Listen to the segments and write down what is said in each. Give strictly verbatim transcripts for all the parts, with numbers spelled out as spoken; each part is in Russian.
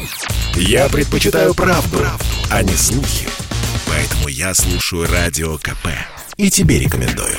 Я предпочитаю правду, правду, а не слухи. Поэтому я слушаю Радио КП. И тебе рекомендую.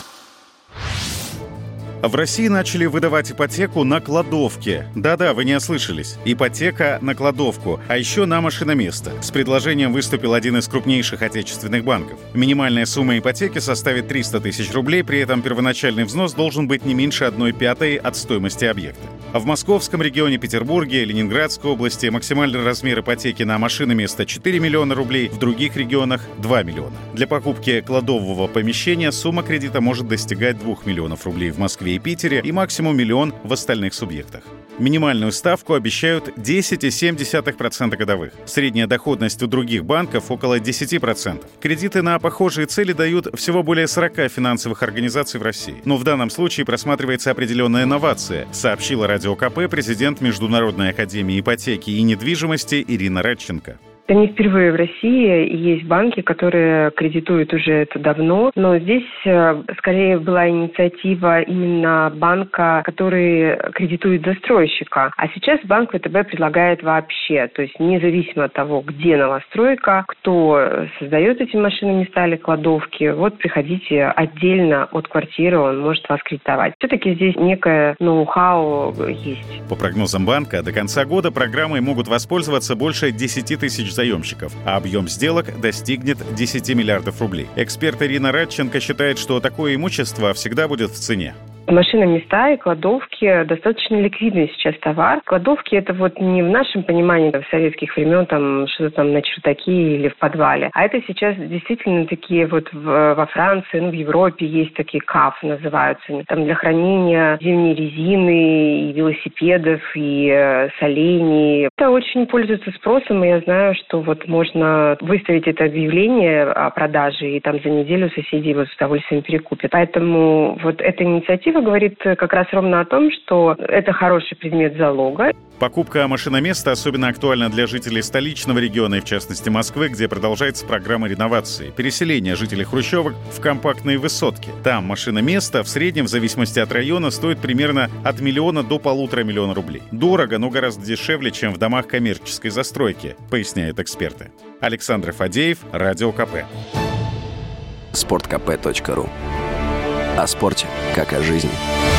В России начали выдавать ипотеку на кладовки. Да-да, вы не ослышались. Ипотека на кладовку, а еще на машиноместо. С предложением выступил один из крупнейших отечественных банков. Минимальная сумма ипотеки составит триста тысяч рублей, при этом первоначальный взнос должен быть не меньше одной пятой от стоимости объекта. А в Московском регионе, Петербурге, Ленинградской области максимальный размер ипотеки на машиноместо четыре миллиона рублей, в других регионах два миллиона. Для покупки кладового помещения сумма кредита может достигать двух миллионов рублей в Москве и Питере и максимум миллион в остальных субъектах. Минимальную ставку обещают десять целых семь десятых процента годовых. Средняя доходность у других банков около десять процентов. Кредиты на похожие цели дают всего более сорок финансовых организаций в России. Но в данном случае просматривается определенная новация, сообщила Радио КП президент Международной академии ипотеки и недвижимости Ирина Радченко. Это не впервые в России, и есть банки, которые кредитуют уже это давно, но здесь скорее была инициатива именно банка, который кредитует застройщика. А сейчас банк ВТБ предлагает вообще, то есть независимо от того, где новостройка, кто создает эти машиноместа или кладовки, вот приходите отдельно от квартиры, он может вас кредитовать. Все-таки здесь некое ноу-хау есть. По прогнозам банка, до конца года программой могут воспользоваться больше десять тысяч заемщиков, а объем сделок достигнет десять миллиардов рублей. Эксперт Ирина Радченко считает, что такое имущество всегда будет в цене. Машиноместа и кладовки достаточно ликвидный сейчас товар. Кладовки — это вот не в нашем понимании там, советских времен, там что-то там на чердаке или в подвале. А это сейчас действительно такие вот в, во Франции, ну в Европе есть такие каф называются. Там для хранения зимней резины, и велосипедов, и э, солений. Это очень пользуется спросом, и я знаю, что вот можно выставить это объявление о продаже, и там за неделю соседи его с удовольствием перекупят. Поэтому вот эта инициатива говорит как раз ровно о том, что это хороший предмет залога. Покупка машиноместа особенно актуальна для жителей столичного региона и, в частности, Москвы, где продолжается программа реновации, переселения жителей хрущевок в компактные высотки. Там машиноместо в среднем, в зависимости от района, стоит примерно от миллиона до полутора миллиона рублей. Дорого, но гораздо дешевле, чем в домах коммерческой застройки, поясняют эксперты. Александр Фадеев, Радио КП. спорт кэ пэ точка ру. О спорте, как о жизни.